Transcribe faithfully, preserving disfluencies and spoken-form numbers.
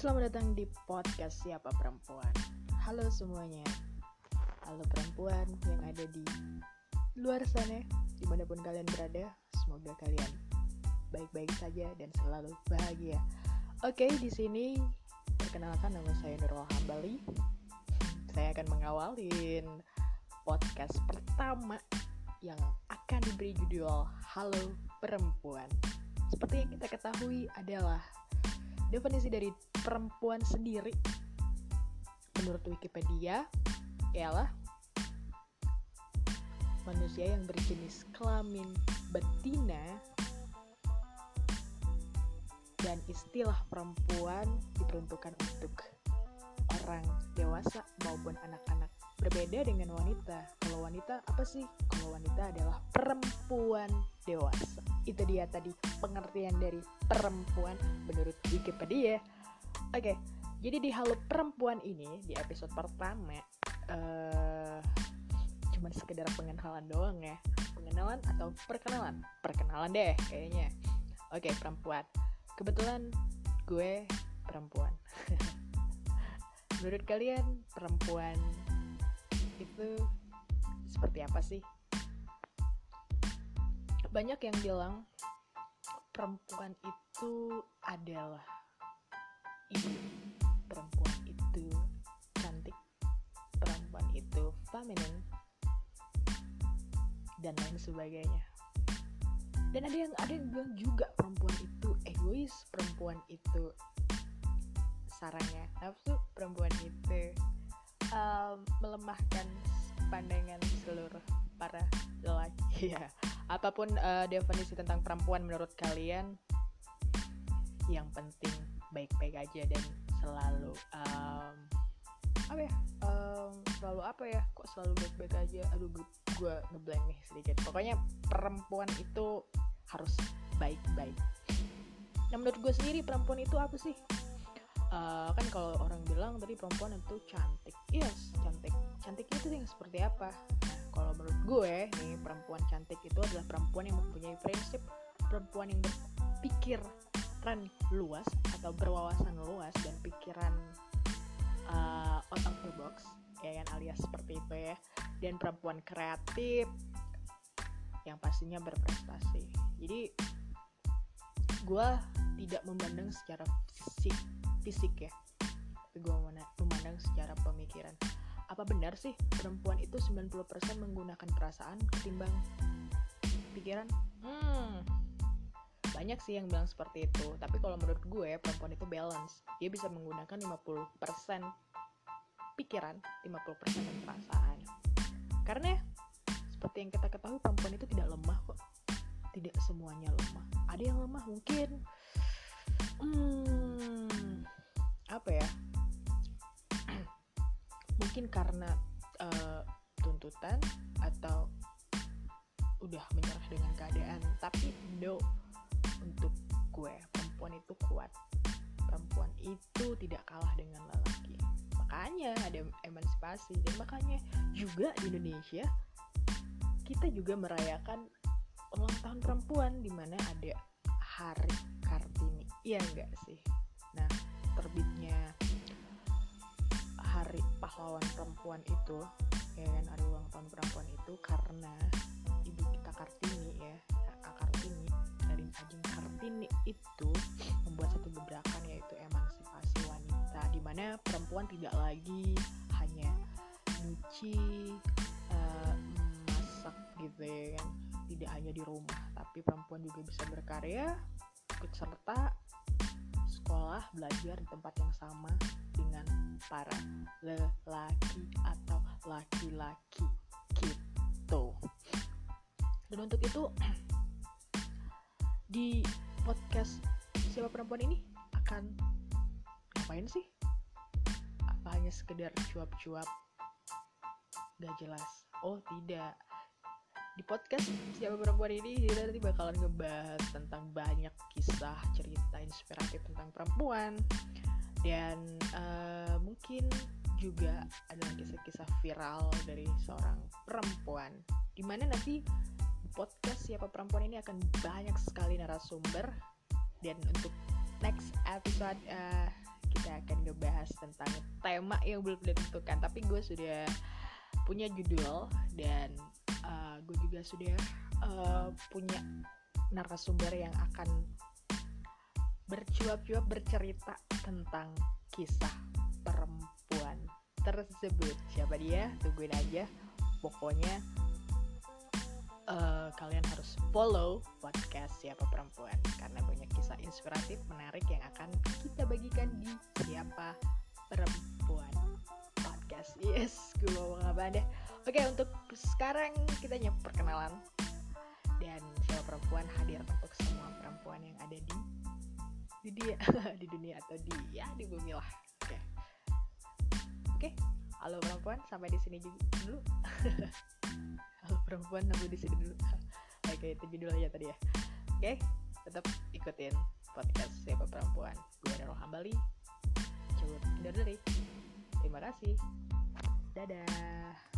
Selamat datang di podcast Siapa Perempuan. Halo semuanya. Halo perempuan yang ada di luar sana, dimanapun kalian berada. Semoga kalian baik-baik saja dan selalu bahagia. Oke, di sini perkenalkan, nama saya Nurul Hambali. Saya akan mengawalin podcast pertama yang akan diberi judul Halo Perempuan. Seperti yang kita ketahui adalah definisi dari perempuan sendiri menurut Wikipedia ialah manusia yang berjenis kelamin betina, dan istilah perempuan diperuntukkan untuk orang dewasa maupun anak-anak. Berbeda dengan wanita. Kalau wanita apa sih? Kalau wanita adalah perempuan dewasa. Itu dia tadi pengertian dari perempuan menurut Wikipedia. Oke, jadi di Halo Perempuan ini, di episode pertama uh, cuma sekedar pengenalan doang ya. Pengenalan atau perkenalan? Perkenalan deh kayaknya. Oke, perempuan. Kebetulan gue perempuan. Menurut kalian perempuan itu seperti apa sih? Banyak yang bilang perempuan itu adalah ibu, perempuan itu cantik, perempuan itu feminin, dan lain sebagainya. Dan ada yang ada yang bilang juga perempuan itu egois, perempuan itu sarangnya nafsu, perempuan itu um, melemahkan pandangan seluruh para lelaki. Ya, apapun uh, definisi tentang perempuan menurut kalian, yang penting baik-baik aja dan selalu um, apa ya um, selalu apa ya kok selalu baik-baik aja. Aduh, gue, gue ngeblank nih sedikit. Pokoknya perempuan itu harus baik-baik. Nah, menurut gue sendiri perempuan itu apa sih? Uh, kan kalau orang bilang tadi perempuan itu cantik, yes, cantik. Cantiknya itu yang seperti apa? Nah, kalau menurut gue nih, perempuan cantik itu adalah perempuan yang mempunyai prinsip, perempuan yang berpikiran luas atau berwawasan luas dan pikiran uh, out of the box, ya kan, alias seperti itu ya. Dan perempuan kreatif yang pastinya berprestasi. Jadi gue tidak memandang secara fisik fisik ya, tapi gue memandang secara pemikiran. Apa benar sih perempuan itu sembilan puluh persen menggunakan perasaan ketimbang pikiran? Hmm, banyak sih yang bilang seperti itu. Tapi kalau menurut gue perempuan itu balance. Dia bisa menggunakan lima puluh persen pikiran, lima puluh persen perasaan. Karena seperti yang kita ketahui, perempuan itu tidak lemah kok. Tidak semuanya lemah. Ada yang lemah mungkin Hmm, apa ya? Mungkin karena uh, tuntutan atau udah menyerah dengan keadaan. Tapi no, untuk gue perempuan itu kuat. Perempuan itu tidak kalah dengan lelaki. Makanya ada emansipasi, dan makanya juga di Indonesia kita juga merayakan ulang tahun perempuan, di mana ada Hari Kartini. Iya enggak sih? Nah, terbitnya Hari Pahlawan Perempuan itu, ya kan, ada ulang tahun perempuan itu karena ibu kita Kartini ya, Kak Kartini, dari Ajeng Kartini itu membuat satu gebrakan, yaitu emansipasi wanita, di mana perempuan tidak lagi hanya nyuci, uh, masak gitu ya kan, tidak hanya di rumah, tapi perempuan juga bisa berkarya, ikut serta sekolah, belajar di tempat yang sama dengan para lelaki atau laki-laki gitu. Dan untuk itu di podcast Siapa Perempuan ini akan ngapain sih? Apa hanya sekedar cuap-cuap gak jelas? Oh tidak. Di podcast Siapa Perempuan ini kita nanti bakalan ngebahas tentang banyak kisah, cerita inspiratif tentang perempuan. Dan uh, mungkin juga adalah kisah-kisah viral dari seorang perempuan, dimana nanti di podcast Siapa Perempuan ini akan banyak sekali narasumber. Dan untuk next episode uh, kita akan ngebahas tentang tema yang belum ditentukan, tapi gue sudah punya judul dan uh, gue juga sudah uh, punya narasumber yang akan bercuap-cuap bercerita tentang kisah perempuan tersebut. Siapa dia? Tungguin aja. Pokoknya uh, kalian harus follow podcast Siapa Perempuan karena banyak kisah inspiratif menarik yang akan kita bagikan di Siapa Perempuan podcast. Yes, gue mau ngomong apa deh. Oke, untuk sekarang kita nyep perkenalan. Dan Siapa Perempuan hadir untuk semua perempuan yang ada di di dunia, di dunia atau di ya di bumi lah. Oke, oke. Halo perempuan, sampai di sini dulu. Halo perempuan, sampai di sini dulu. Oke, itu judul aja tadi ya. Oke, tetap ikutin podcast Siapa Perempuan. Gue Darul Hambali. Coba undur diri. Terima kasih. Dadah.